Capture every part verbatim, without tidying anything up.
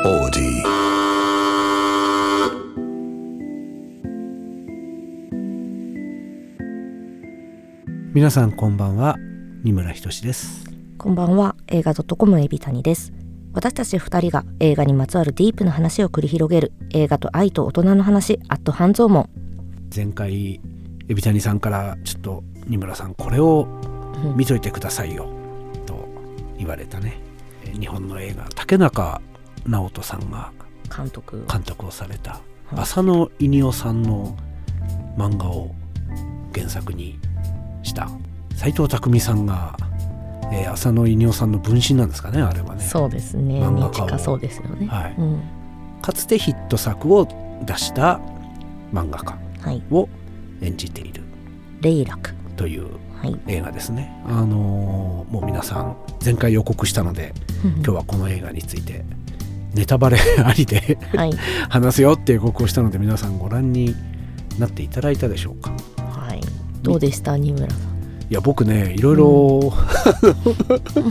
オーディ。 皆さんこんばんは、三村仁です。 こんばんは、映画 .com エビタニです。私たちふたりが映画にまつわるディープな話を繰り広げる映画と愛と大人の話アット半蔵門。 前回エビタニさんからちょっと三村さんこれを見といてくださいよ、うん、と言われたね、日本の映画竹中直人さんが監督監督をされた、うん、浅野いにおさんの漫画を原作にした斎藤工さんが、えー、浅野いにおさんの分身なんですかね、あれはね。 そうですね、 漫画家を近そうですよね、 はいうん、 かつてヒット作を出した漫画家を演じている、 レイラクという映画ですね、はい。あのー、もう皆さん前回予告したので今日はこの映画についてネタバレありで、はい、話すよって予告をしたので皆さんご覧になっていただいたでしょうか。 はい、どうでした二村さん。 いや僕ねいろいろ、うん、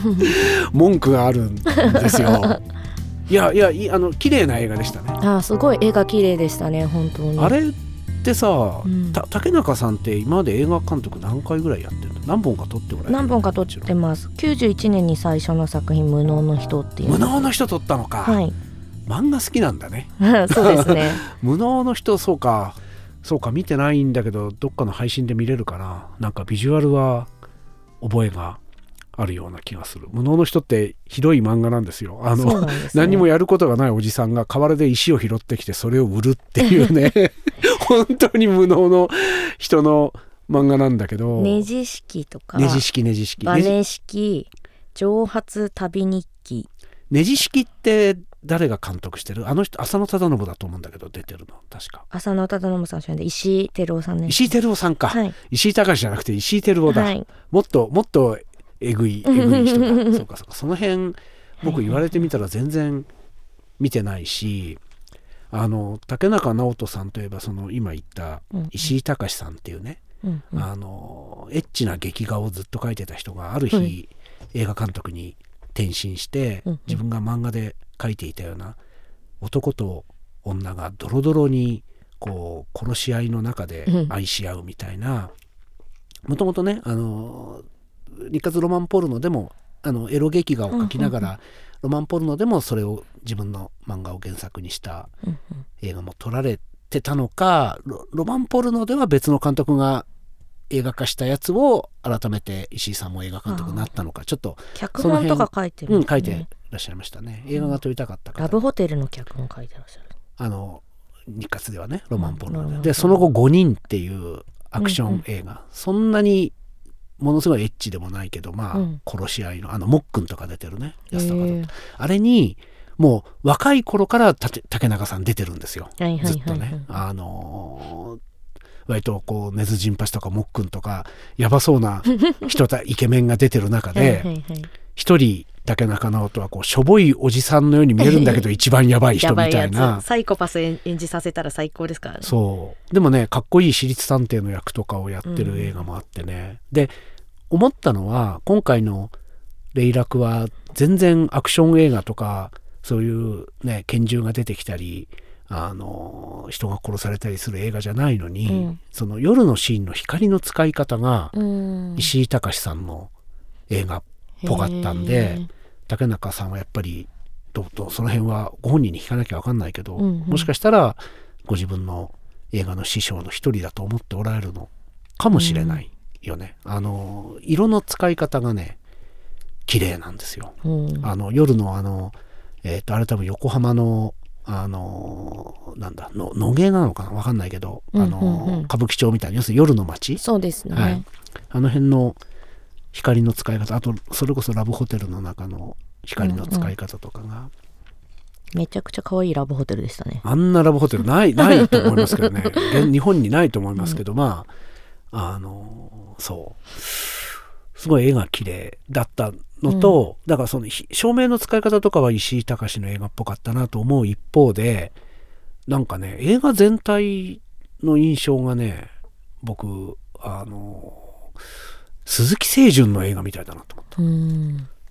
文句があるんですよ。いやいやいあの綺麗な映画でしたね。 あ、すごい映画綺麗でしたね本当に。 あれってさ、うん、た竹中さんって今まで映画監督何回ぐらいやってるの？何本か撮ってもらえる？ 何本か撮ってます。きゅうじゅういちねんに最初の作品無能の人っていう。 無能の人撮ったのか、 はい、 漫画好きなんだね。 そうですね。 無能の人、そうかそうか見てないんだけどどっかの配信で見れるかな。なんかビジュアルは覚えがあるような気がする。無能の人ってひどい漫画なんですよ。あの、ね、何にもやることがないおじさんが河原で石を拾ってきてそれを売るっていうね本当に無能の人の漫画なんだけど、 ネジ式とかネジ式ネジ式バネ式蒸発旅日記。 ネジ式って誰が監督してる？あの人浅野忠信だと思うんだけど出てるの確か浅野忠信さん主演で石井照夫さんね。 石井照夫さんか、はい、石井隆じゃなくて石井照夫だ、はい、もっともっとえぐいえぐい人がそうかそうか、その辺僕言われてみたら全然見てないし、あの竹中直人さんといえばその今言った石井隆さんっていうね、うんうん、あのエッチな劇画をずっと描いてた人がある日、うん、映画監督に転身して、うんうん、自分が漫画で描いていたような男と女がドロドロにこう殺し合いの中で愛し合うみたいな、もともとねあの日活ロマンポルノでもあのエロ劇画を描きながら、うんうんうん、ロマンポルノでもそれを自分の漫画を原作にした映画も撮られてたのか、 ロ, ロマンポルノでは別の監督が映画化したやつを改めて石井さんも映画監督になったのか、ちょっと脚本とか書いてる、ね、 うん、書いてらっしゃいましたね。映画が撮りたかった方、 ラブホテルの脚本書いてらっしゃる。 あの日活ではねロマンポルノで、うん、でその後ごにんっていうアクション映画、うんうん、そんなにものすごいエッチでもないけど、まあ、うん、殺し合いのあのモックンとか出てるね安高とあれにもう若い頃から竹中さん出てるんですよ、はいはいはいはい、ずっとねあのー、割とこう根津陣八とかモックンとかやばそうな人たイケメンが出てる中で一、はいはい、人竹中直人はこうしょぼいおじさんのように見えるんだけど一番やばい人みたいなサイコパス演じさせたら最高ですからね。 そうでもねかっこいい私立探偵の役とかをやってる映画もあってね、うん、で思ったのは今回のレイラクは全然アクション映画とかそういうね拳銃が出てきたりあの人が殺されたりする映画じゃないのに、うん、その夜のシーンの光の使い方が石井隆さんの映画っぽかったんで、竹中さんはやっぱりどどその辺はご本人に聞かなきゃ分かんないけど、うんうん、もしかしたらご自分の映画の師匠の一人だと思っておられるのかもしれないよね、うん、あの色の使い方がね綺麗なんですよ、うん、あの夜のあの、えー、とあれ多分横浜のあのなんだの野毛なのかな分かんないけど、うんうんうん、あの歌舞伎町みたいな要するに夜の街、 そうですね、 はい、あの辺の光の使い方、あとそれこそラブホテルの中の光の使い方とかが、うんうん、 めちゃくちゃ可愛いラブホテルでしたね。 あんなラブホテルないないと思いますけどね日本にないと思いますけど、うん、まああのそうすごい絵が綺麗だったのと、うん、だからその照明の使い方とかは石井隆の映画っぽかったなと思う一方で、なんかね映画全体の印象がね僕あの鈴木清純の映画みたいだなと思った。うん、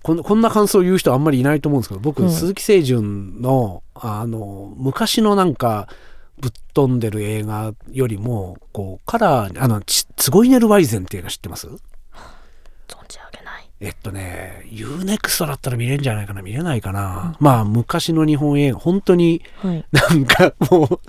こん、こんな感想を言う人あんまりいないと思うんですけど、僕、 うん、 鈴木清純のあの昔のなんかぶっ飛んでる映画よりもこうカラーあのツゴイネル・ワイゼンっていう映画知ってます？ 存じ上げない。 えっとね ユーネクスト だったら見れるんじゃないかな、見れないかな、うん、まあ昔の日本映画本当になんかもう、はい、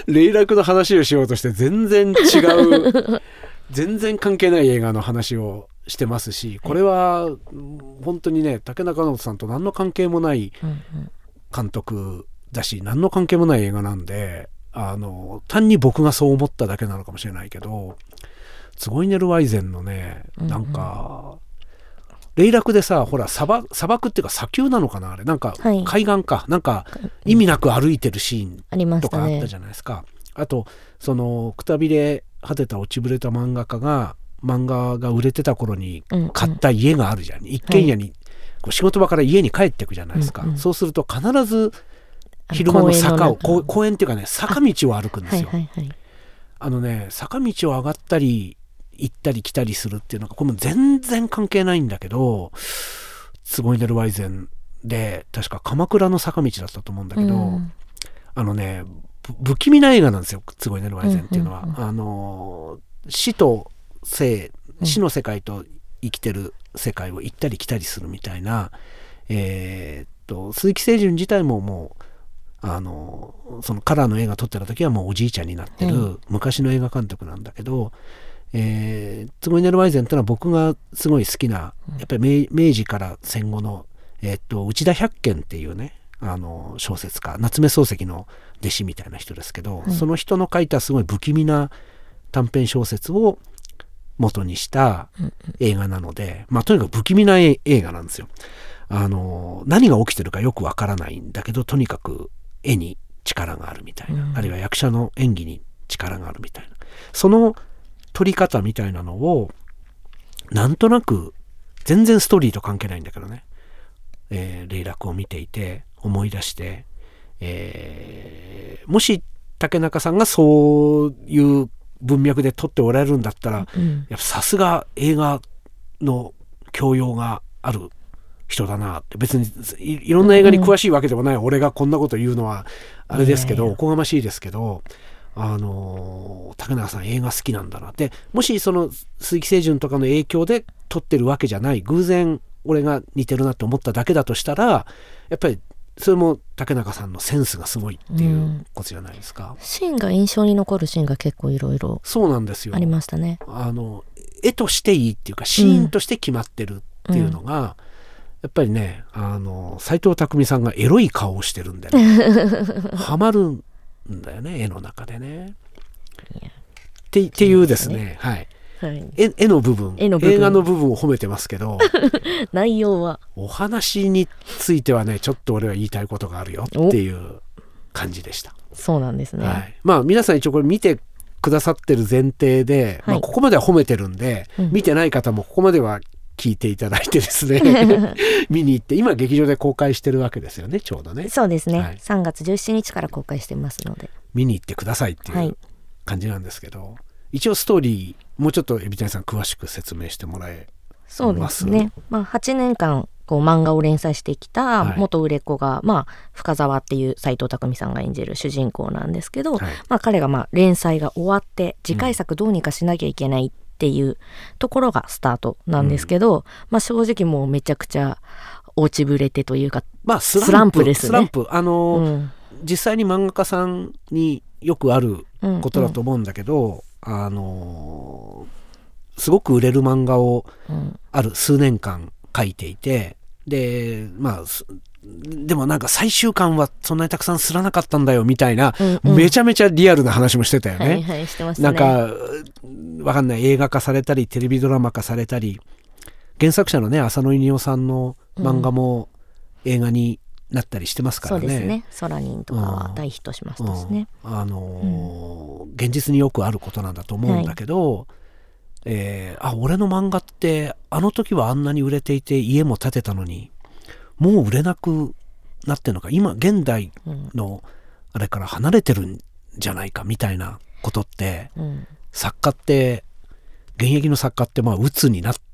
霊楽の話をしようとして全然違う全然関係ない映画の話をしてますし、これは本当にね竹中直人さんと何の関係もない監督だし、何の関係もない映画なんで、あの単に僕がそう思っただけなのかもしれないけど、ツゴイネル・ワイゼンのねなんか、うん霊楽でさ、ほら砂漠、砂漠っていうか砂丘なのかな、あれなんか海岸か、はい、なんか意味なく歩いてるシーンとかあったじゃないですか。 あ, ね、あとそのくたびれ果てた落ちぶれた漫画家が漫画が売れてた頃に買った家があるじゃん、うんうん、一軒家に、はい、こう仕事場から家に帰ってくじゃないですか、うんうん、そうすると必ず昼間の坂を公, 公園っていうかね坂道を歩くんですよ。 あ,、はいはいはい、あのね坂道を上がったり行ったり来たりするっていうのがこれも全然関係ないんだけど、ツゴイネル・ワイゼンで確か鎌倉の坂道だったと思うんだけど、うん、あのね不気味な映画なんですよ、ツゴイネル・ワイゼンっていうのは、うんうんうん、あの死と生死の世界と生きてる世界を行ったり来たりするみたいな、えー、っと鈴木清純自体ももうあのそのカラーの映画撮ってた時はもうおじいちゃんになってる昔の映画監督なんだけど、えー、ツゴイネル・ワイゼンってのは僕がすごい好きなやっぱり 明, 明治から戦後の、えー、っと内田百軒っていうねあの小説家、夏目漱石の弟子みたいな人ですけど、うん、その人の書いたすごい不気味な短編小説を元にした映画なので、まあとにかく不気味な映画なんですよ。あの何が起きてるかよくわからないんだけど、とにかく絵に力があるみたいな、うん、あるいは役者の演技に力があるみたいな、その撮り方みたいなのをなんとなく全然ストーリーと関係ないんだけどね、えー、霊楽を見ていて思い出して、えー、もし竹中さんがそういう文脈で撮っておられるんだったら、うん、やっぱさすが映画の教養がある人だなって。別に い, いろんな映画に詳しいわけでもない、うん、俺がこんなこと言うのはあれですけど、いやいやおこがましいですけど、あの竹中さん映画好きなんだなって。もしその鈴木清純とかの影響で撮ってるわけじゃない、偶然俺が似てるなと思っただけだとしたら、やっぱりそれも竹中さんのセンスがすごいっていうことじゃないですか、うん、 シーンが印象に残るシーンが結構いろいろそうなんですよ、 ありましたね。 あの絵としていいっていうかシーンとして決まってるっていうのが、うんうん、やっぱりねあの斎藤工さんがエロい顔をしてるんでねハマるんだよね絵の中でねってっていうですね、はい、はい、絵, 絵の部分絵の部分映画の部分を褒めてますけど内容はお話についてはねちょっと俺は言いたいことがあるよっていう感じでした。 そうなんですね、 はい、まあ皆さん一応これ見てくださってる前提で、はいまあ、ここまでは褒めてるんで、うん、見てない方もここまでは聞いていただいてですね見に行って今劇場で公開してるわけですよね、ちょうどね。 そうですね、はい、さんがつじゅうしちにちから公開してますので見に行ってくださいっていう感じなんですけど、はい、一応ストーリーもうちょっと海老谷さん詳しく説明してもらえます？ そうですね、まあ、はちねんかんこう漫画を連載してきた元売れっ子が、はいまあ、深沢っていう斎藤工さんが演じる主人公なんですけど、はいまあ、彼がまあ連載が終わって次回作どうにかしなきゃいけないっていうところがスタートなんですけど、うんまあ、正直もうめちゃくちゃ落ちぶれてというか、まあ、スランプですね。スランプあの、うん、実際に漫画家さんによくあることだと思うんだけど、うんうんあのすごく売れる漫画をある数年間書いていて、でまあでもなんか最終巻はそんなにたくさんすらなかったんだよみたいな、うんうん、めちゃめちゃリアルな話もしてたよね。 はいはい、してましたね。 なんかわかんない映画化されたりテレビドラマ化されたり、原作者のね浅野稲夫さんの漫画も映画になったりしてますからね、 うん、そうですね。空人とかは大ヒットしましたしね、 うんうんあのーうん、現実によくあることなんだと思うんだけど、はいえー、あ俺の漫画ってあの時はあんなに売れていて家も建てたのにもう売れなくなってるのか、今現代のあれから離れてるんじゃないかみたいなことって、うん、作家って現役の作家ってまあ鬱になっ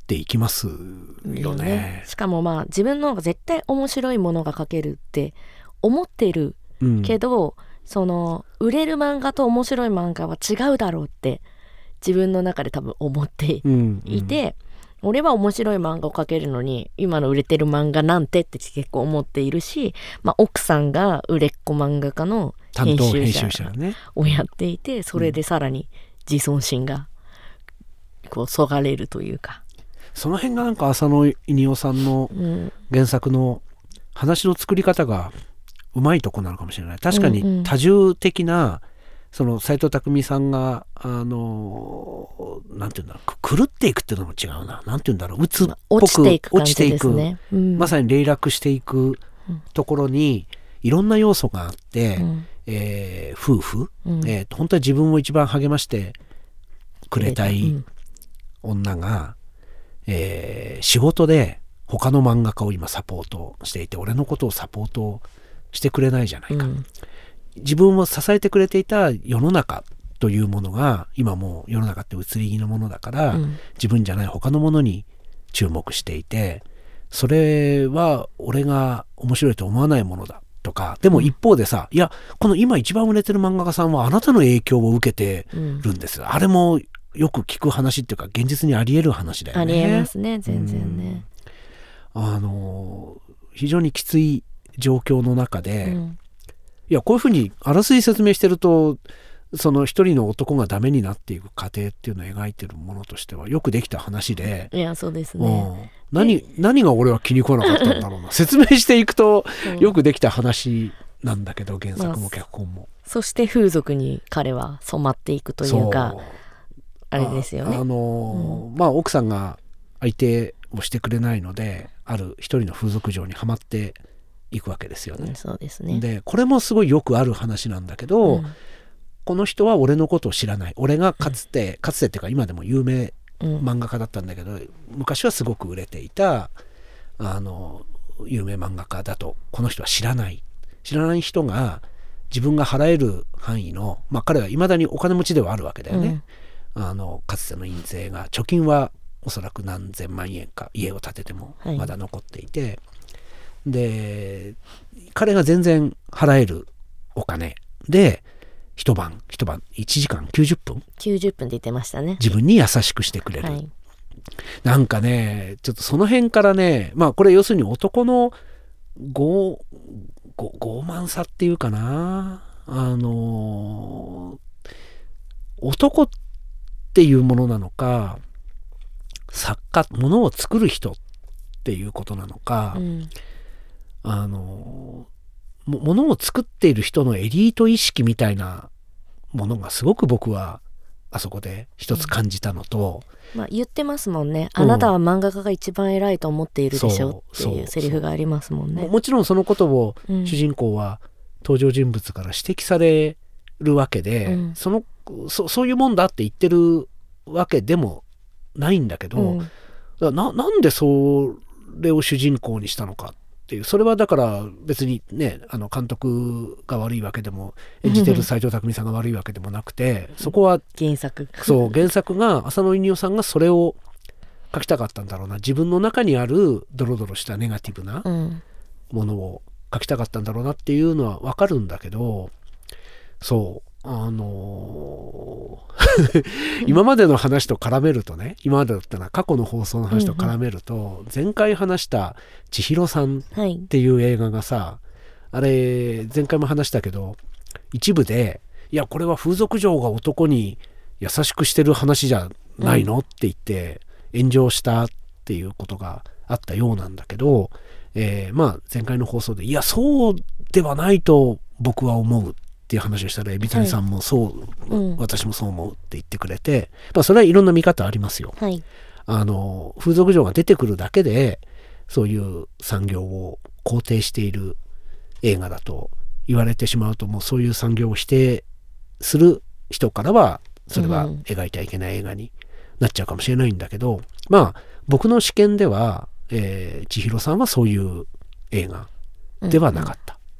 っていきますよね。ね、 しかもまあ自分の方が絶対面白いものが描けるって思ってるけど、うん、その売れる漫画と面白い漫画は違うだろうって自分の中で多分思っていて、うんうん、俺は面白い漫画を描けるのに今の売れてる漫画なんてって結構思っているし、まあ、奥さんが売れっ子漫画家の編集者をやっていて、それでさらに自尊心がこうそがれるというか、 その辺がなんか浅野稲夫さんの原作の話の作り方がうまいとこなのかもしれない。確かに多重的な、うんうん、その斎藤工さんがあのなんていうんだろう、狂っていくっていうのも違うな、なんていうんだろう、鬱っぽく落ちていく感じですね、うん、まさに霊落していくところにいろんな要素があって、うん、えー、夫婦、うん、えー、本当は自分を一番励ましてくれたい女が、えー、仕事で他の漫画家を今サポートしていて、俺のことをサポートしてくれないじゃないか、うん、自分を支えてくれていた世の中というものが今もう世の中って移り気のものだから、うん、自分じゃない他のものに注目していて、それは俺が面白いと思わないものだとか、でも一方でさ、うん、いやこの今一番売れてる漫画家さんはあなたの影響を受けてるんです、うん、あれもよく聞く話っていうか現実にあり得る話だよね。 あり得ますね、全然ね、 うん、あの非常にきつい状況の中で、うん、いやこういうふうにあらすじ説明してるとその一人の男がダメになっていく過程っていうのを描いてるものとしてはよくできた話で、 いやそうですね、 うん、何, 何が俺は気に食わなかったんだろうな説明していくとよくできた話なんだけど、原作も脚本も、まあ、 そして風俗に彼は染まっていくというか、あれですよね、 あ、あのーうん、まあ奥さんが相手をしてくれないのである一人の風俗嬢にはまっていくわけですよね、 うん、そうですね。 でこれもすごいよくある話なんだけど、うん、この人は俺のことを知らない、俺がかつて、うん、かつてっていうか今でも有名漫画家だったんだけど、うん、昔はすごく売れていたあの有名漫画家だとこの人は知らない知らない人が自分が払える範囲の、まあ彼はいまだにお金持ちではあるわけだよね、うん、あのかつての印税が貯金はおそらく何千万円か家を建ててもまだ残っていて、はい、で彼が全然払えるお金で一晩一晩いちじかんきゅうじゅっぷんきゅうじゅっぷんって言ってましたね。 自分に優しくしてくれる、はい、なんかねちょっとその辺からね、まあこれ要するに男の傲慢さっていうかな、あの男っていうものなのか作家ものを作る人っていうことなのか、うん、あのものを作っている人のエリート意識みたいなものがすごく僕はあそこで一つ感じたのと、 うん、まあ、言ってますもんね、うん、あなたは漫画家が一番偉いと思っているでしょっていうセリフがありますもんね。 も, もちろんそのことを主人公は登場人物から指摘されるわけで、うん、その そ, そういうもんだって言ってるわけでもないんだけど、うん、だな, なんでそれを主人公にしたのかっていう、それはだから別にねあの監督が悪いわけでも演じてる斎藤工さんが悪いわけでもなくて、そこは原作そう原作が浅野稲夫さんがそれを書きたかったんだろうな、自分の中にあるドロドロしたネガティブなものを書きたかったんだろうなっていうのは分かるんだけど、そうあのー、今までの話と絡めるとね、今までだったら過去の放送の話と絡めると、うんうん、前回話した千尋さんっていう映画がさ、はい、あれ前回も話したけど一部でいやこれは風俗嬢が男に優しくしてる話じゃないの、うん、って言って炎上したっていうことがあったようなんだけど、えー、まあ前回の放送でいやそうではないと僕は思うっていう話をしたら海老谷さんもそう、はい、うん、私もそう思うって言ってくれて、まあ、それはいろんな見方ありますよ、はい、あの風俗嬢が出てくるだけでそういう産業を肯定している映画だと言われてしまうと、もうそういう産業を否定する人からはそれは描いてはいけない映画になっちゃうかもしれないんだけど、うん、まあ僕の視点では、えー、千尋さんはそういう映画ではなかった、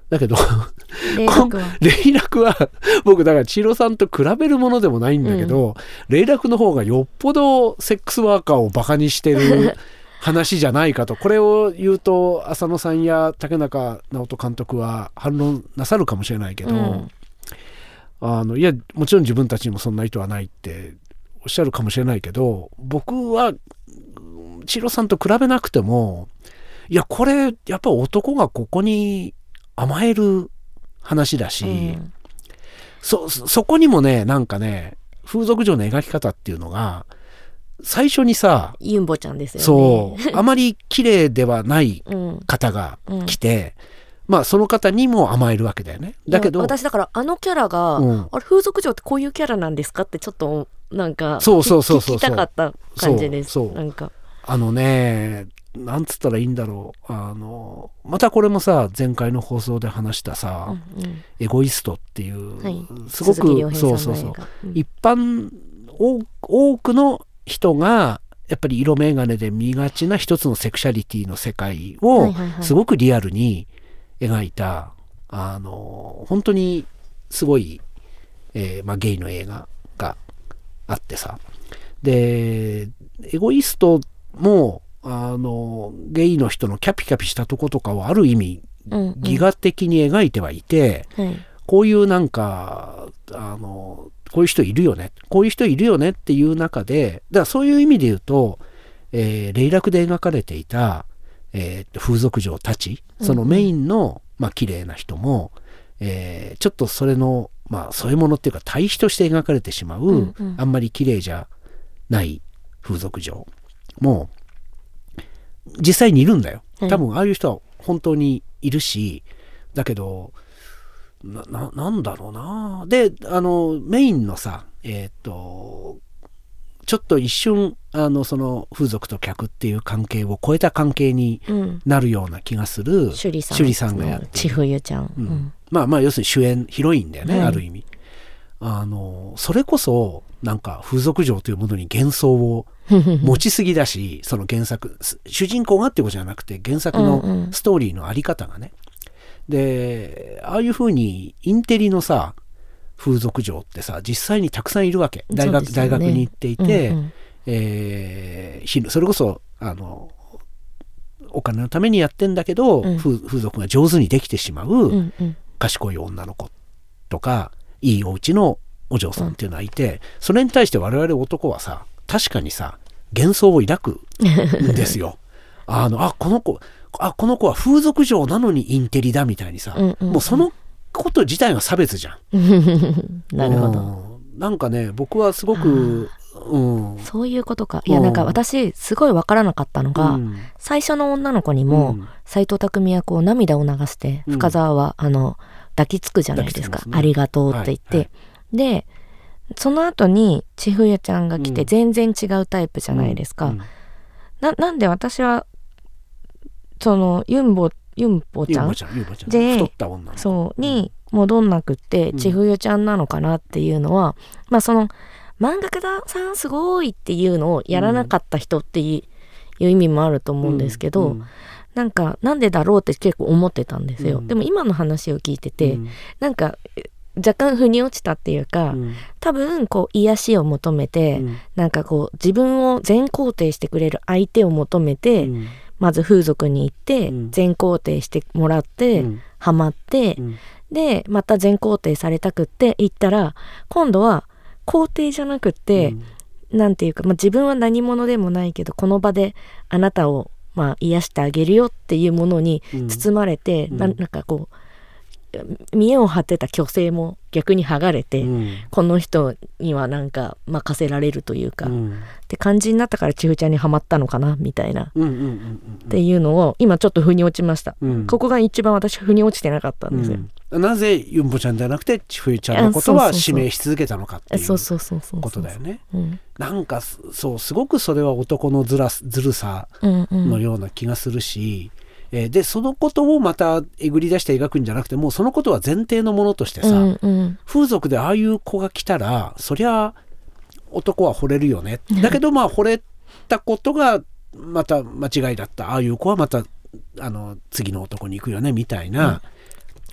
だけど霊楽は霊楽は僕だから千尋さんと比べるものでもないんだけど、うん、霊楽の方がよっぽどセックスワーカーをバカにしてる話じゃないかとこれを言うと浅野さんや竹中直人監督は反論なさるかもしれないけど、うん、あのいやもちろん自分たちにもそんな意図はないっておっしゃるかもしれないけど僕は千尋さんと比べなくてもいやこれやっぱ男がここに甘える話だし、うん、そ, そこにもねなんかね風俗嬢の描き方っていうのが最初にさユンボちゃんですよねそうあまり綺麗ではない方が来て、うん、まあその方にも甘えるわけだよね。だけど私だからあのキャラが、うん、あれ風俗嬢ってこういうキャラなんですかってちょっとなんかそうそうそうそう聞きたかった感じです。 そうそうなんかあのねなんつったらいいんだろうあのまたこれもさ前回の放送で話したさ、うんうん、エゴイストっていう、はい、すごくそうそうそう、うん、一般多くの人がやっぱり色眼鏡で見がちな一つのセクシャリティの世界をすごくリアルに描いた、はいはいはい、あの本当にすごい、えーまあ、ゲイの映画があってさでエゴイストもあのゲイの人のキャピキャピしたとことかをある意味、うんうん、ギガ的に描いてはいて、はい、こういうなんかあのこういう人いるよねこういう人いるよねっていう中でだからそういう意味で言うと、えー、霊楽で描かれていた、えー、風俗嬢たちそのメインの、うんうんまあ綺麗な人も、えー、ちょっとそれのまあそういうものっていうか対比として描かれてしまう、うんうん、あんまり綺麗じゃない風俗嬢も実際にいるんだよ。多分ああいう人は本当にいるし、だけど な, な, なんだろうなであのメインのさえっ、ー、とちょっと一瞬あのその風俗と客っていう関係を超えた関係になるような気がする、うん、 趣里さん、 趣里さんがやってる千冬ちゃん、うんうん、 まあまあ要するに主演ヒロインだよね、はい、ある意味あのそれこそなんか風俗嬢というものに幻想を持ちすぎだしその原作主人公がってことじゃなくて原作のストーリーのあり方がね、うんうん、でああいう風にインテリのさ風俗嬢ってさ実際にたくさんいるわけ大学、ね、大学に行っていて、うんうんえー、それこそあのお金のためにやってんだけど、うん、風, 風俗が上手にできてしまう、うんうん、賢い女の子とかいいお家のお嬢さんっていうのはいて、うん、それに対して我々男はさ確かにさ幻想を抱くんですよあのあこの子あこの子は風俗嬢なのにインテリだみたいにさ、うんうんうん、もうそのこと自体が差別じゃんなるほどなんかね僕はすごく、うん、 そういうことかいやなんか私すごい分からなかったのが、うん、最初の女の子にも斎藤工はこう涙を流して、うん、深澤はあの抱きつくじゃないですか、ね、ありがとうって言って、はいはい、でその後に千冬ちゃんが来て全然違うタイプじゃないですか、うんうん、な, なんで私はそのユンボユンボちゃんで太った女のそうに戻んなくって千冬ちゃんなのかなっていうのは、うん、まあその漫画家さんすごいっていうのをやらなかった人っていう意味もあると思うんですけど、うんうん、なんかなんでだろうって結構思ってたんですよ、うん、でも今の話を聞いてて、うん、なんか若干腑に落ちたっていうか、うん、多分こう癒しを求めて、うん、なんかこう自分を全肯定してくれる相手を求めて、うん、まず風俗に行って、うん、全肯定してもらって、うん、ハマって、うん、でまた全肯定されたくって行ったら今度は肯定じゃなくって、うん、なんていうか、まあ、自分は何者でもないけどこの場であなたを、まあ、癒してあげるよっていうものに包まれて、うん、な, なんかこう見栄を張ってた虚勢も逆に剥がれて、うん、この人にはなんか任せられるというか、うん、って感じになったから千冬ちゃんにはまったのかなみたいな、うんうんうんうん、っていうのを今ちょっと腑に落ちました、うん、ここが一番私腑に落ちてなかったんですよ、 うん、なぜユンボちゃんじゃなくて千冬ちゃんのことは指名し続けたのかっていうことだよね。なんかそうすごくそれは男のずらずるさのような気がするし、うんうんでそのことをまたえぐり出して描くんじゃなくてもうそのことは前提のものとしてさ、うんうん、風俗でああいう子が来たらそりゃ男は惚れるよねだけどまあ惚れたことがまた間違いだったああいう子はまたあの次の男に行くよねみたいな、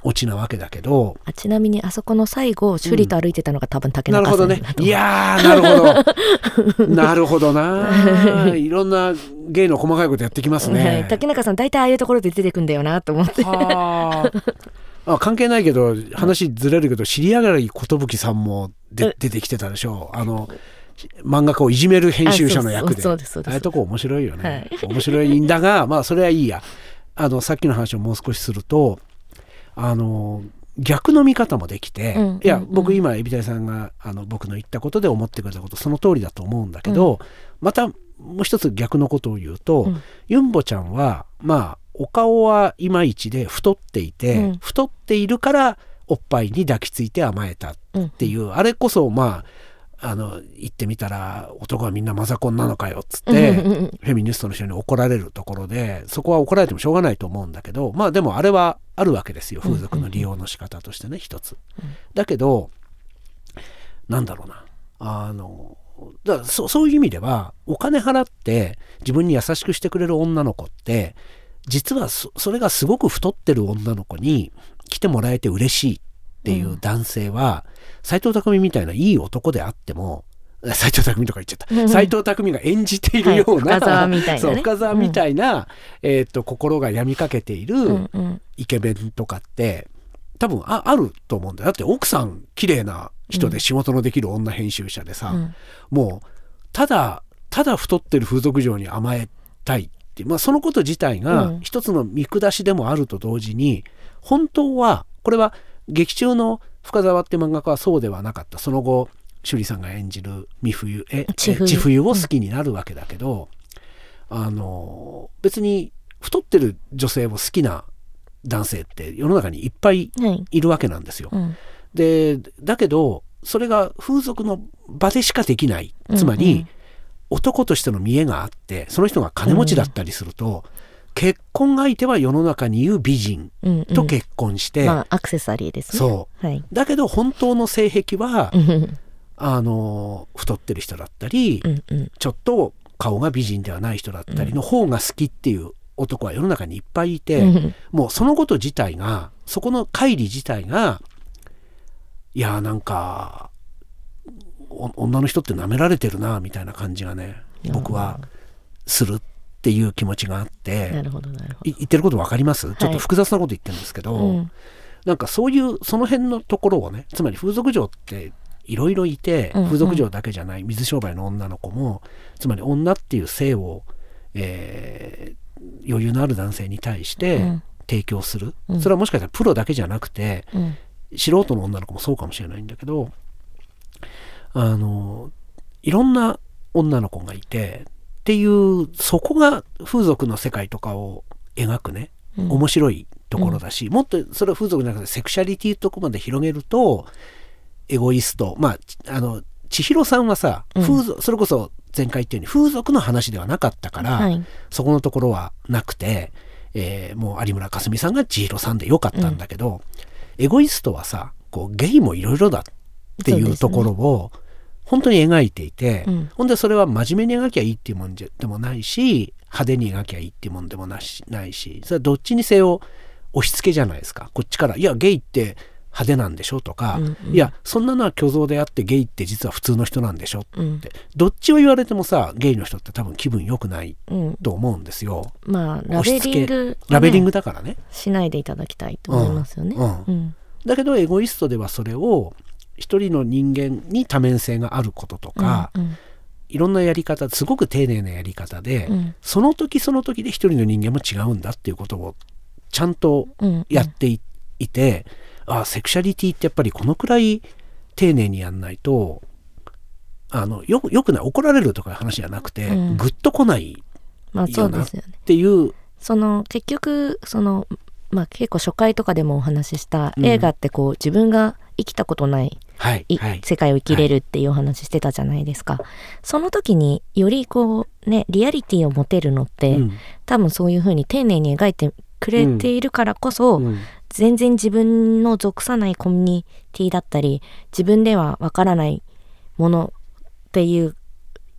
オチなわけだけど、 あちなみにあそこの最後趣里と歩いてたのが多分竹中さんだと、うん、なるほどね。いやーなるほどなるほどないろんな芸の細かいことやってきますね、 はい、竹中さん大体ああいうところで出てくんだよなと思ってはあ関係ないけど話ずれるけど尻上がり寿さんもで出てきてたでしょ。あの漫画家をいじめる編集者の役で、ああいうとこ面白いよね、はい、面白いんだがまあそれはいいや。あのさっきの話をもう少しすると、あの逆の見方もできて、うんうんうん、いや僕今海老谷さんがあの僕の言ったことで思ってくれたことその通りだと思うんだけど、うん、またもう一つ逆のことを言うと、うん、ユンボちゃんはまあお顔はいまいちで太っていて、うん、太っているからおっぱいに抱きついて甘えたっていう、うん、あれこそまああの言ってみたら男はみんなマザコンなのかよっつって、うんうんうん、フェミニストの人に怒られるところで、そこは怒られてもしょうがないと思うんだけど、まあでもあれはあるわけですよ、風俗の利用の仕方としてね一つ、うん、だけどなんだろうなあのだから そ, そういう意味ではお金払って自分に優しくしてくれる女の子って実は そ, それがすごく太ってる女の子に来てもらえて嬉しいっていう男性は、斎藤工みたいないい男であっても、斎藤工とか言っちゃった、うん、斎藤工が演じているような、はい、深澤みたいな、ね、そう深澤みたいな、うんえー、と心が病みかけているイケメンとかって多分 あ, あると思うんだよ。だって奥さん綺麗な人で仕事のできる女編集者でさ、うん、もうただただ太ってる風俗嬢に甘えたいっていう、まあ、そのこと自体が一つの見下しでもあると同時に、本当はこれは劇中の深澤って漫画家はそうではなかった。その後趣里さんが演じる美冬え千冬、千冬を好きになるわけだけど、うん、あの別に太ってる女性を好きな男性って世の中にいっぱいいるわけなんですよ、はいうん、でだけどそれが風俗の場でしかできない、つまり、うんうん、男としての見栄があってその人が金持ちだったりすると、うん結婚相手は世の中に言う美人と結婚して、 うんうんまあ、アクセサリーですね。 そう、はい、だけど本当の性癖はあの太ってる人だったり、うんうん、ちょっと顔が美人ではない人だったりの方が好きっていう男は世の中にいっぱいいて、うん、もうそのこと自体がそこの乖離自体がいやなんか女の人って舐められてるなみたいな感じがね僕はするっていう気持ちがあって。 なるほどなるほど。 言ってること分かります、はい、ちょっと複雑なこと言ってるんですけど、うん、なんかそういうその辺のところをね、つまり風俗嬢っていろいろいて、うんうん、風俗嬢だけじゃない水商売の女の子もつまり女っていう性を、えー、余裕のある男性に対して提供する、うん、それはもしかしたらプロだけじゃなくて、うん、素人の女の子もそうかもしれないんだけど、あのいろんな女の子がいてっていうそこが風俗の世界とかを描くね、うん、面白いところだし、うん、もっとそれは風俗じゃなくてセクシャリティとこまで広げるとエゴイスト、まああの千尋さんはさ、うん、風俗それこそ前回言ったように風俗の話ではなかったから、はい、そこのところはなくて、えー、もう有村架純さんが千尋さんでよかったんだけど、うん、エゴイストはさこうゲイもいろいろだっていうところを本当に描いていて、うん、ほんでそれは真面目に描きゃいいっていうもんでもないし派手に描きゃいいっていうもんでもなしないし、それはどっちにせよ押し付けじゃないですか。こっちからいやゲイって派手なんでしょとか、うんうん、いやそんなのは虚像であってゲイって実は普通の人なんでしょって、うん、どっちを言われてもさゲイの人って多分気分良くないと思うんですよ、 うん、まあラベリング、ね、 ラベリングだからねしないでいただきたいと思いますよね、うんうんうん、 だけどエゴイストではそれを一人の人間に多面性があることとか、うんうん、いろんなやり方すごく丁寧なやり方で、うん、その時その時で一人の人間も違うんだっていうことをちゃんとやって い,、うんうん、いてあセクシャリティってやっぱりこのくらい丁寧にやんないとあの よ, よくない怒られるとかいう話じゃなくて、うん、グッとこないようなっていう、まあ、 その結局その、まあ、結構初回とかでもお話しした、うん、映画ってこう自分が生きたことない、はいはい、世界を生きれるっていうお話してたじゃないですか、はい、その時によりこうねリアリティを持てるのって、うん、多分そういう風に丁寧に描いてくれているからこそ、うんうん、全然自分の属さないコミュニティだったり自分ではわからないものっていう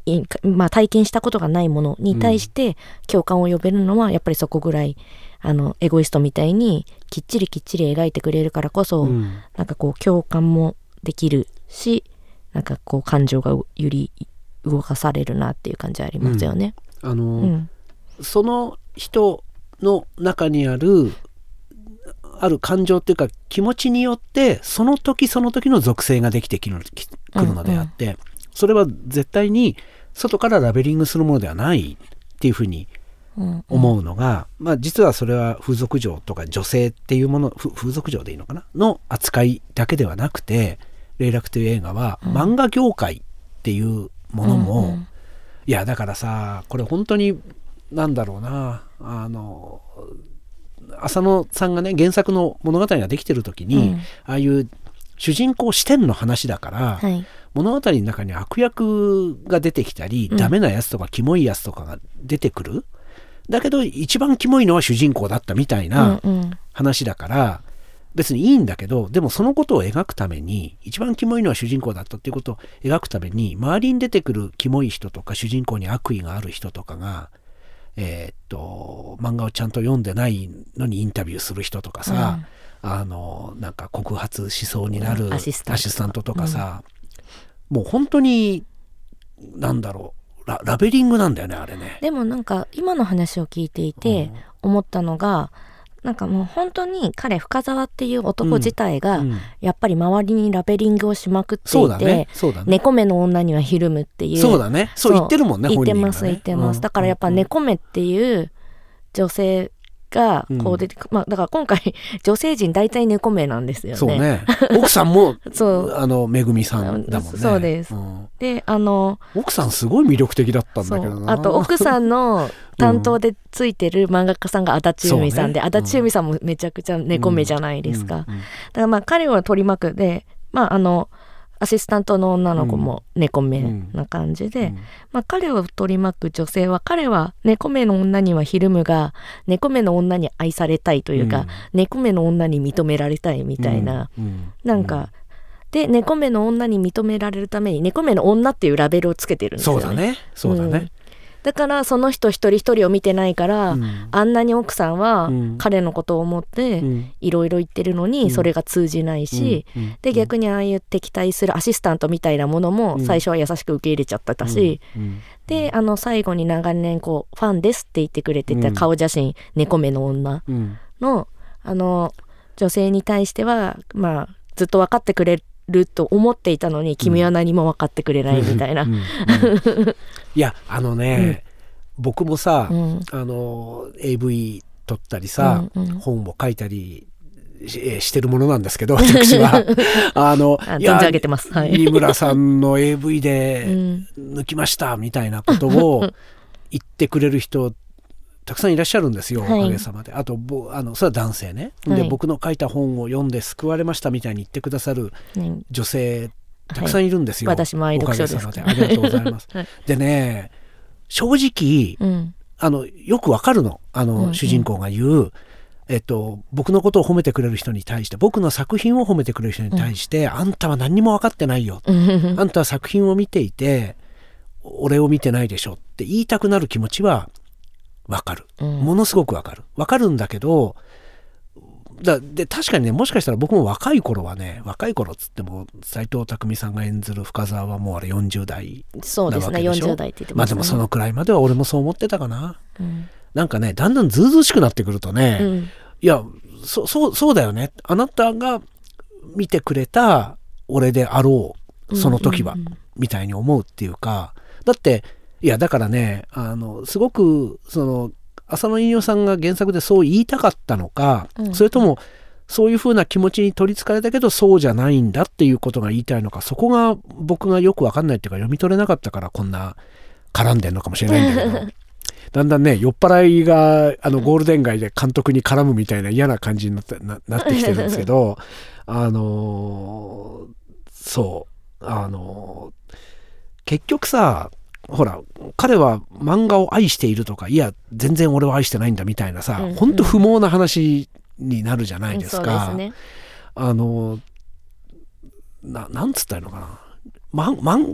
まあ、体験したことがないものに対して共感を呼べるのはやっぱりそこぐらいあのエゴイストみたいにきっちりきっちり描いてくれるからこそ、うん、なんかこう共感もできるし、なんかこう感情が揺り動かされるなっていう感じはありますよね。 うん、あの、うん、その人の中にあるある感情っていうか気持ちによってその時その時の属性ができてくるのであって、うんうん、それは絶対に外からラベリングするものではないっていうふうに思うのが、うんうん、まあ、実はそれは風俗嬢とか女性っていうもの、風俗嬢でいいのかなの扱いだけではなくて、霊楽という映画は漫画業界っていうものも、うんうん、いやだからさこれ本当になんだろうな、あの浅野さんがね原作の物語ができてる時に、うん、ああいう主人公視点の話だから、はい、物語の中に悪役が出てきたり、うん、ダメなやつとかキモいやつとかが出てくる、だけど一番キモいのは主人公だったみたいな話だから、うんうん、別にいいんだけど、でもそのことを描くために一番キモいのは主人公だったっていうことを描くために周りに出てくるキモい人とか主人公に悪意がある人とかがえー、っと漫画をちゃんと読んでないのにインタビューする人とかさ、うん、あのなんか告発しそうになるアシスタント、アシスタントとかさ、うん、もう本当になんだろう ラ, ラベリングなんだよねあれね。 でもなんか今の話を聞いていて思ったのが、なんかもう本当に彼深澤っていう男自体がやっぱり周りにラベリングをしまくっていて、そうだね、そうだね、猫目の女にはひるむっていう、 そうだね、そう言ってるもんね、 言ってます、ね、言ってます、うん、だからやっぱ猫目っていう女性がこう出てく、うん、まあだから今回女性陣大体猫目なんですよね。 そうね、奥さんもそうあのめぐみさんだもんね。 そうです、うん、であの奥さんすごい魅力的だったんだけどな。 あと奥さんの担当でついてる漫画家さんが足立由美さんで、ね、足立由美さんもめちゃくちゃ猫目じゃないですか、うんうんうん、だからまあ彼を取り巻くで、まああのアシスタントの女の子も猫目な感じで、うんうん、まあ、彼を取り巻く女性は、彼は猫目の女にはひるむが猫目の女に愛されたいというか、うん、猫目の女に認められたいみたいな、うんうん、なんかで猫目の女に認められるために猫目の女っていうラベルをつけてるんですよね。 そうだね、そうだね、うん、 だからその人一人一人を見てないから、うん、あんなに奥さんは彼のことを思っていろいろ言ってるのにそれが通じないし、うん、で逆にああいう敵対するアシスタントみたいなものも最初は優しく受け入れちゃってたし、うんうん、であの最後に長年こうファンですって言ってくれてた顔写真、うん、猫目の女の、あの女性に対しては、まあ、ずっと分かってくれると思っていたのに君は何も分かってくれないみたいな、うんうんうん、 いやあのね、うん、僕もさ、うん、あの エーブイ 撮ったりさ、うんうん、本を書いたり し, してるものなんですけど私はあの存じ上げてます、はい、 三村さんの エーブイ で抜きましたみたいなことを言ってくれる人たくさんいらっしゃるんですよ、はい、おかげさまで。あとあのそれは男性ね、で、はい、僕の書いた本を読んで救われましたみたいに言ってくださる女性、たくさんいるんですよ、 はい、私も愛読書です。 おかげさまでありがとうございます、はい、でね正直、うん、あのよくわかるの、あの、うんうん、主人公が言う、えっと、僕のことを褒めてくれる人に対して、僕の作品を褒めてくれる人に対して、うん、あんたは何にも分かってないよあんたは作品を見ていて俺を見てないでしょって言いたくなる気持ちはわかる、うん、ものすごくわかるわかるんだけど、だで確かにね、もしかしたら僕も若い頃はね、若い頃っつっても斎藤工さんが演ずる深澤はもうあれよんじゅう代なわけでしょ。 そうですね、よんじゅう代って言ってましたね。 まあでもそのくらいまでは俺もそう思ってたかな、うん、なんかねだんだんずうずうしくなってくるとね、うん、いや そ, そ, そうだよね、あなたが見てくれた俺であろうその時は、うんうんうん、みたいに思うっていうか、だっていやだからね、あのすごくその浅野稲夫さんが原作でそう言いたかったのか、うん、それともそういう風な気持ちに取りつかれたけどそうじゃないんだっていうことが言いたいのか、そこが僕がよく分かんないっていうか読み取れなかったからこんな絡んでんのかもしれないんだけどだんだんね酔っ払いがあのゴールデン街で監督に絡むみたいな嫌な感じになって、な、なってきてるんですけどあのー、そうあのー、結局さほら彼は漫画を愛しているとか、いや全然俺は愛してないんだみたいなさ、うんうん、ほんと不毛な話になるじゃないですか、うん、そうですね、あの な, なんつったらいいのかな、ま、漫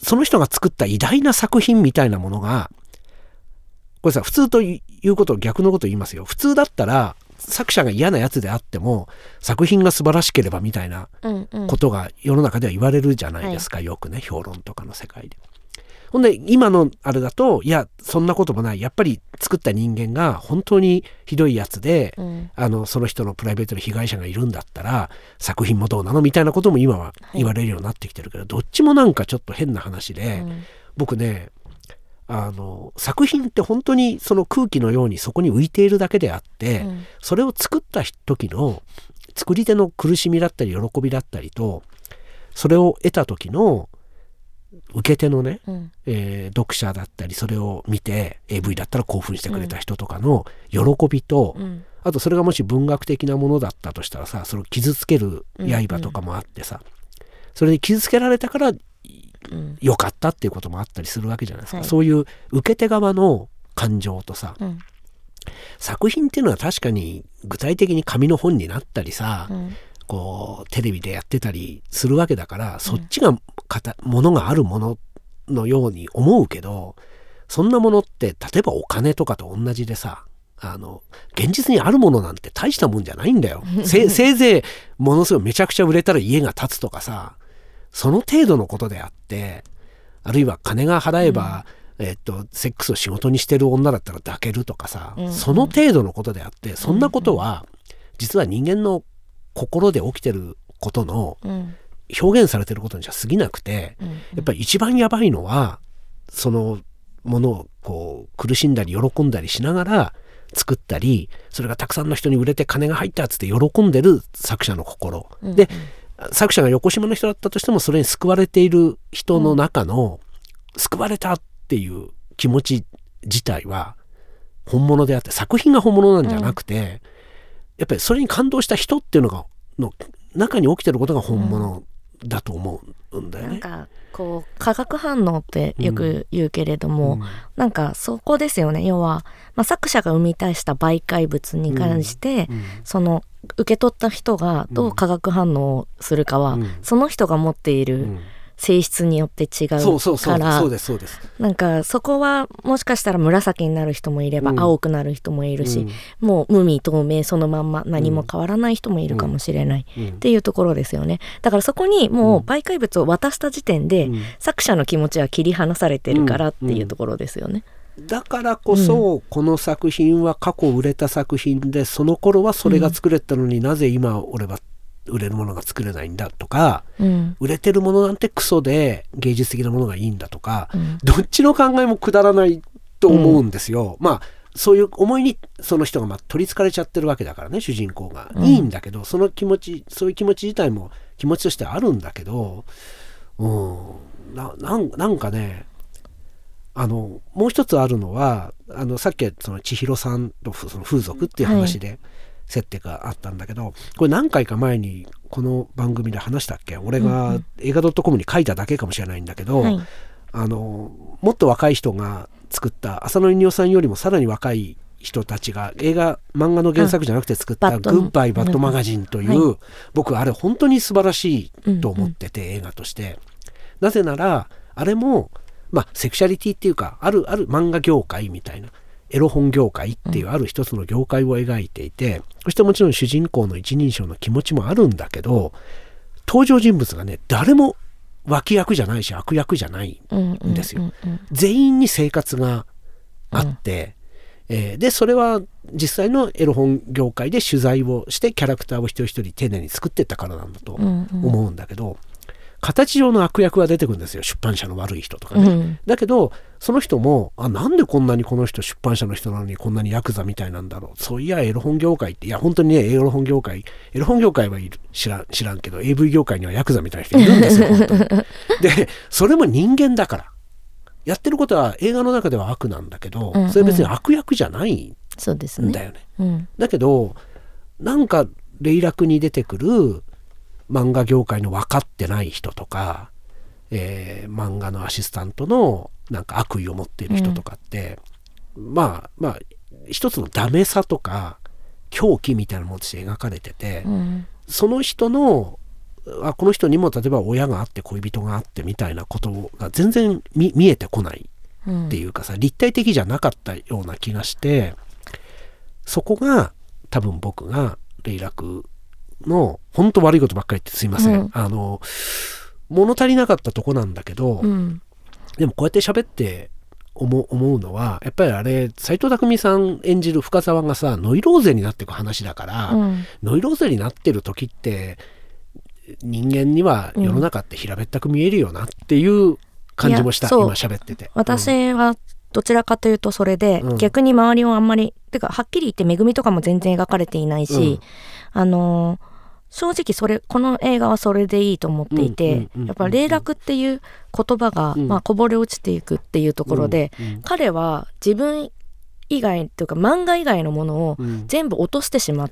その人が作った偉大な作品みたいなものが、これさ、普通ということを逆のことを言いますよ。普通だったら作者が嫌なやつであっても作品が素晴らしければみたいなことが世の中では言われるじゃないですか、うんうん、よくね、評論とかの世界で。ほんで今のあれだと、いやそんなこともない、やっぱり作った人間が本当にひどいやつで、うん、あのその人のプライベートの被害者がいるんだったら作品もどうなのみたいなことも今は言われるようになってきてるけど、はい、どっちもなんかちょっと変な話で、うん、僕ね、あの作品って本当にその空気のようにそこに浮いているだけであって、うん、それを作った時の作り手の苦しみだったり喜びだったりと、それを得た時の受け手のね、うんえー、読者だったりそれを見て エーブイ だったら興奮してくれた人とかの喜びと、うん、あとそれがもし文学的なものだったとしたらさ、それを傷つける刃とかもあってさ、うんうん、それで傷つけられたから良かったっていうこともあったりするわけじゃないですか、はい、そういう受け手側の感情とさ、うん、作品っていうのは確かに具体的に紙の本になったりさ、うん、こうテレビでやってたりするわけだから、うん、そっちがものがあるもののように思うけど、そんなものって例えばお金とかと同じでさ、あの現実にあるものなんて大したもんじゃないんだよせ, せいぜいものすごいめちゃくちゃ売れたら家が建つとかさ、その程度のことであって、あるいは金が払えば、うんえっと、セックスを仕事にしてる女だったら抱けるとかさ、うんうん、その程度のことであって、そんなことは実は人間の心で起きてることの表現されてることにじゃ過ぎなくて、うんうん、やっぱり一番やばいのはそのものをこう苦しんだり喜んだりしながら作ったり、それがたくさんの人に売れて金が入ったっつって喜んでる作者の心、うんうん、で作者が横島の人だったとしてもそれに救われている人の中の、うん、救われたっていう気持ち自体は本物であって、作品が本物なんじゃなくて、うん、やっぱりそれに感動した人っていうのがの中に起きてることが本物だと思うんだよね、うん、なんかこう化学反応ってよく言うけれども、うん、なんかそこですよね。要は、まあ、作者が生み出した媒介物に関して、うんうん、その受け取った人がどう化学反応をするかは、うん、その人が持っている性質によって違うから、そうそうそうそうですそうです。なんかそこはもしかしたら紫になる人もいれば、うん、青くなる人もいるし、うん、もう無味透明そのまんま何も変わらない人もいるかもしれない、うん、っていうところですよね。だからそこにもう媒介物を渡した時点で、うん、作者の気持ちは切り離されてるからっていうところですよね。 だからこそ、うん、この作品は過去売れた作品で、その頃はそれが作れたのに、うん、なぜ今俺は売れるものが作れないんだとか、うん、売れてるものなんてクソで芸術的なものがいいんだとか、うん、どっちの考えもくだらないと思うんですよ、うん、まあそういう思いにその人がまあ取りつかれちゃってるわけだからね、主人公が、うん、いいんだけど、その気持ちそういう気持ち自体も気持ちとしてあるんだけど、うん、な, なんなんかね、あのもう一つあるのは、あのさっきその千尋さんとその風俗っていう話で、はい、設定があったんだけど、これ何回か前にこの番組で話したっけ、俺が映画 .com に書いただけかもしれないんだけど、はい、あのもっと若い人が作った浅野稲夫さんよりもさらに若い人たちが映画漫画の原作じゃなくて作ったグッバイバッドマガジンという、はい、僕あれ本当に素晴らしいと思ってて、うんうん、映画としてなぜならあれもまあセクシャリティっていうか、あるある漫画業界みたいなエロ本業界っていうある一つの業界を描いていて、うん、そしてもちろん主人公の一人称の気持ちもあるんだけど、登場人物がね誰も脇役じゃないし悪役じゃないんですよ、うんうんうんうん、全員に生活があって、うんえー、でそれは実際のエロ本業界で取材をしてキャラクターを一人一人丁寧に作っていったからなんだと思うんだけど、うんうん、形上の悪役が出てくるんですよ、出版社の悪い人とかね、うん、だけどその人もあなんでこんなにこの人出版社の人なのにこんなにヤクザみたいなんだろう、そういやエロ本業界っていや本当にねエロ本業界エロ本業界はいる知らん知らんけど エーブイ 業界にはヤクザみたいな人いるんですよ本当にでそれも人間だからやってることは映画の中では悪なんだけど、うんうん、それ別に悪役じゃないんだよね、ねうん、だけどなんかレイラクに出てくる漫画業界の分かってない人とか、えー、漫画のアシスタントのなんか悪意を持っている人とかって、うん、まあまあ一つのダメさとか狂気みたいなものとして描かれてて、うん、その人のあこの人にも例えば親があって恋人があってみたいなことが全然 見, 見えてこないっていうかさ、立体的じゃなかったような気がして、そこが多分僕がレイラクの本当悪いことばっかり言ってすいません、うん、あの物足りなかったとこなんだけど、うん、でもこうやって喋って思う、思うのはやっぱりあれ斎藤工さん演じる深澤がさノイローゼになっていく話だから、うん、ノイローゼになってる時って人間には世の中って平べったく見えるよなっていう感じもした、今喋ってて。 私はどちらかというとそれで、うん、逆に周りをあんまりてかはっきり言って恵みとかも全然描かれていないし、うん、あのー正直それこの映画はそれでいいと思っていて、やっぱ霊落っていう言葉が、うんまあ、こぼれ落ちていくっていうところで、うんうん、彼は自分以外というか漫画以外のものを全部落としてしまって、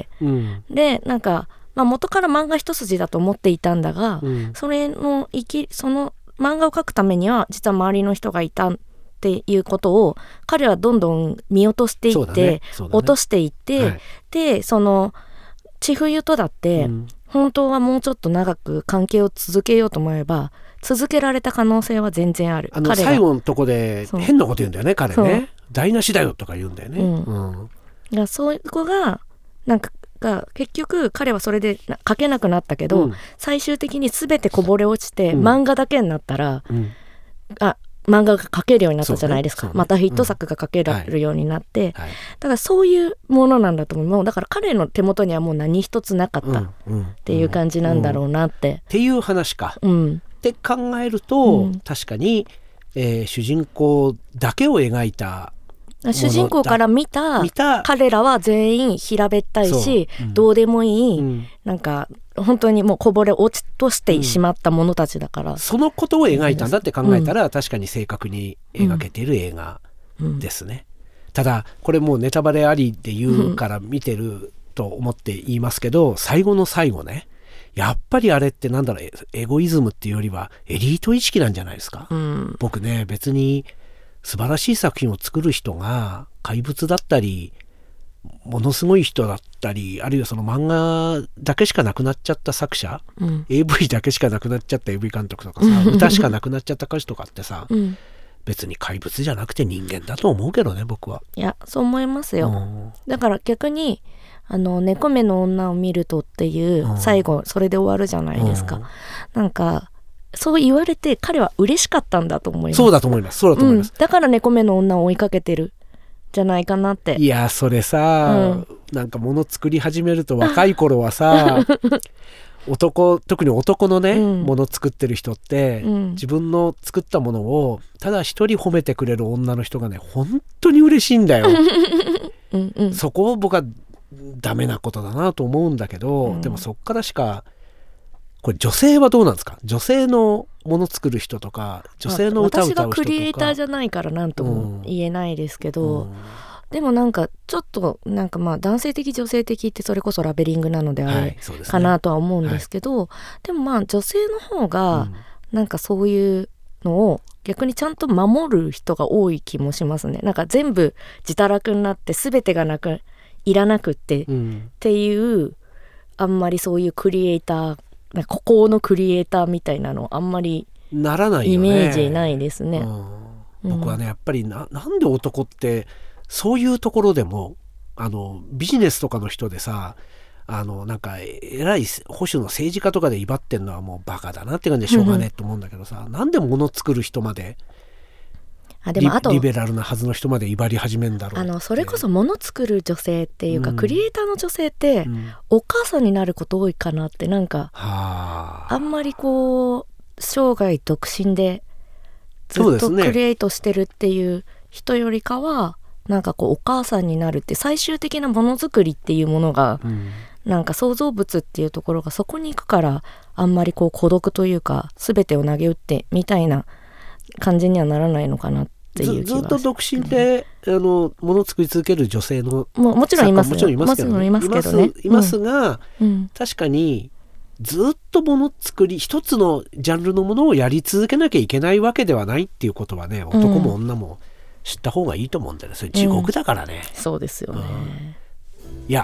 うん、でなんか、まあ、元から漫画一筋だと思っていたんだが、うん、それの生きその漫画を描くためには実は周りの人がいたっていうことを彼はどんどん見落としていって、ねね、落としていって、はい、でその千冬とだって、うん、本当はもうちょっと長く関係を続けようと思えば続けられた可能性は全然ある。 あの彼最後のとこで変なこと言うんだよね彼ね。台無しだよとか言うんだよね、うんうん、 いやそこがなんかが結局彼はそれで書けなくなったけど、うん、最終的に全てこぼれ落ちて、うん、漫画だけになったら、うん、あ漫画が描けるようになったじゃないですか、ねね、またヒット作が描けるようになって、うんはい、だからそういうものなんだと思う。だから彼の手元にはもう何一つなかったっていう感じなんだろうなって、うんうんうん、 っていう話か、うん、って考えると、うん、確かに、えー、主人公だけを描いた主人公から見 た, 見た彼らは全員平べったいし、うん、どうでもいい、うん、なんか本当にもうこぼれ落ちとしてしまった者たちだから、うん、 そのことを描いたんだって考えたら、うん、確かに正確に描けている映画ですね、うん、ただこれもうネタバレありで言うから見てると思って言いますけど、うん、最後の最後ねやっぱりあれってなんだろうエゴイズムっていうよりはエリート意識なんじゃないですか、うん、僕ね別に素晴らしい作品を作る人が怪物だったりものすごい人だったりあるいはその漫画だけしかなくなっちゃった作者、うん、エーブイ だけしかなくなっちゃった エーブイ 監督とかさ歌しかなくなっちゃった歌手とかってさ、うん、別に怪物じゃなくて人間だと思うけどね僕は。 いやそう思いますよ、うん、だから逆にあの猫目の女を見るとっていう、うん、最後それで終わるじゃないですか、うん、なんかそう言われて彼は嬉しかったんだと思います。 そうだと思いますそうだと思います、 うん、だから猫目の女を追いかけてるじゃないかなって。 いやそれさ、うん、なんか物作り始めると若い頃はさ男特に男のね、うん、物作ってる人って、うん、自分の作ったものをただ一人褒めてくれる女の人がね本当に嬉しいんだようん、うん、そこを僕はダメなことだなと思うんだけど、うん、でもそっからしかこれ女性はどうなんですか？女性のもの作る人とか女性の歌を歌う人とか。私がクリエイターじゃないから何とも言えないですけど、うん、でもなんかちょっとなんかまあ男性的女性的ってそれこそラベリングなのであれかなとは思うんですけど、はい で, ねはい、でもまあ女性の方がなんかそういうのを逆にちゃんと守る人が多い気もしますね。なんか全部自堕落になって全てがなくいらなくって、うん、っていうあんまりそういうクリエイターここのクリエイターみたいなのあんまりならないよね。 イメージないですね、 うん、僕はねやっぱり な, なんで男ってそういうところでもあのビジネスとかの人でさあのなんか偉い保守の政治家とかで威張ってんのはもうバカだなって感じでしょうがねえと思うんだけどさ、うん、なんで物作る人まであでもあとリ, リベラルなはずの人まで威張り始めんだろう。 あのそれこそ物作る女性っていうか、うん、クリエイターの女性って、うん、お母さんになること多いかなってなんかあんまりこう生涯独身でずっとクリエイトしてるっていう人よりかは、ね、なんかこうお母さんになるって最終的なものづくりっていうものが、うん、なんか創造物っていうところがそこに行くからあんまりこう孤独というか全てを投げ打ってみたいな感じにはならないのかなってず, ずっと独身で、うん、あの物作り続ける女性のももちろんいますよ。 もちろんいますけどね。いますけどね。いますが、 うん、 確かにずっと物作り一つのジャンルのものをやり続けなきゃいけないわけではないっていうことはね男も女も知った方がいいと思うんだよね。それ地獄だからね、 うん、そうですよね、 うん、いや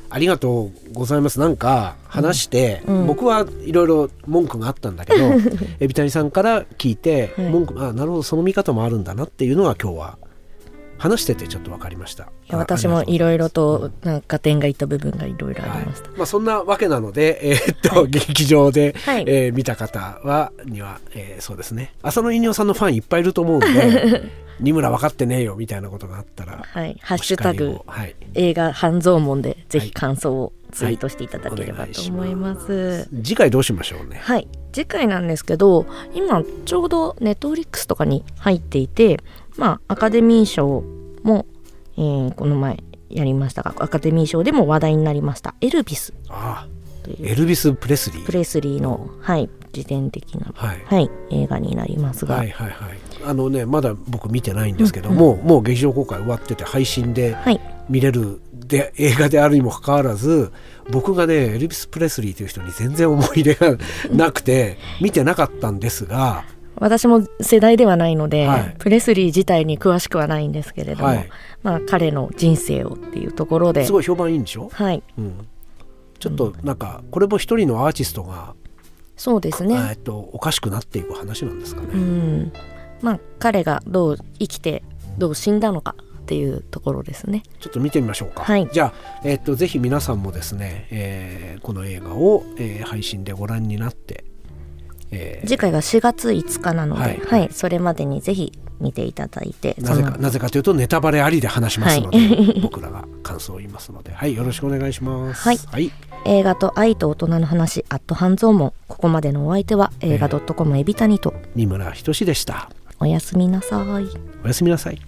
ありがとうございます。なんか話して、うん、僕はいろいろ文句があったんだけどエビタニさんから聞いて、はい、文句あなるほどその見方もあるんだなっていうのが今日は話しててちょっと分かりました。いや私もいろいろとなんか点がいった部分がいろいろありました、 はいまあ、そんなわけなので、えー、っと、はい、劇場で、はいえー、見た方はには、えー、そうですね浅野稲夫さんのファンいっぱいいると思うんで二村分かってねえよみたいなことがあったら、 はい、ハッシュタグ、はい、映画半蔵門でぜひ感想をツイートしていただければと思います、はいはい、 次回どうしましょうね。 はい次回なんですけど今ちょうどネットフリックスとかに入っていて、まあ、アカデミー賞も、えー、この前やりましたがアカデミー賞でも話題になりましたエルビスああエルビス・プレスリープレスリーの、はい、自伝的な、はいはい、映画になりますが、 はいはいはい、あのねまだ僕見てないんですけども、うんうん、もう劇場公開終わってて配信で見れるで、はい、映画であるにもかかわらず僕がねエルビス・プレスリーという人に全然思い入れがなくて見てなかったんですが私も世代ではないので、はい、プレスリー自体に詳しくはないんですけれども、はいまあ、彼の人生をっていうところですごい評判いいんでしょ、 はいうん、ちょっとなんかこれも一人のアーティストがそうですね、 えっと、おかしくなっていく話なんですかね、 うんまあ、彼がどう生きてどう死んだのかっていうところですね。 ちょっと見てみましょうか、 はい、 じゃあ、えー、っとぜひ皆さんもですね、えー、この映画を、えー、配信でご覧になって、 えー、次回がしがついつかなので、はいはい、それまでにぜひ見ていただいてなぜか、なぜかというとネタバレありで話しますので、はい、僕らが感想を言いますので、はい、よろしくお願いします、 はいはい、映画と愛と大人の話アット半蔵門ここまでのお相手は映画 .com エビタニと二村仁でした。 おやすみなさい。 おやすみなさい。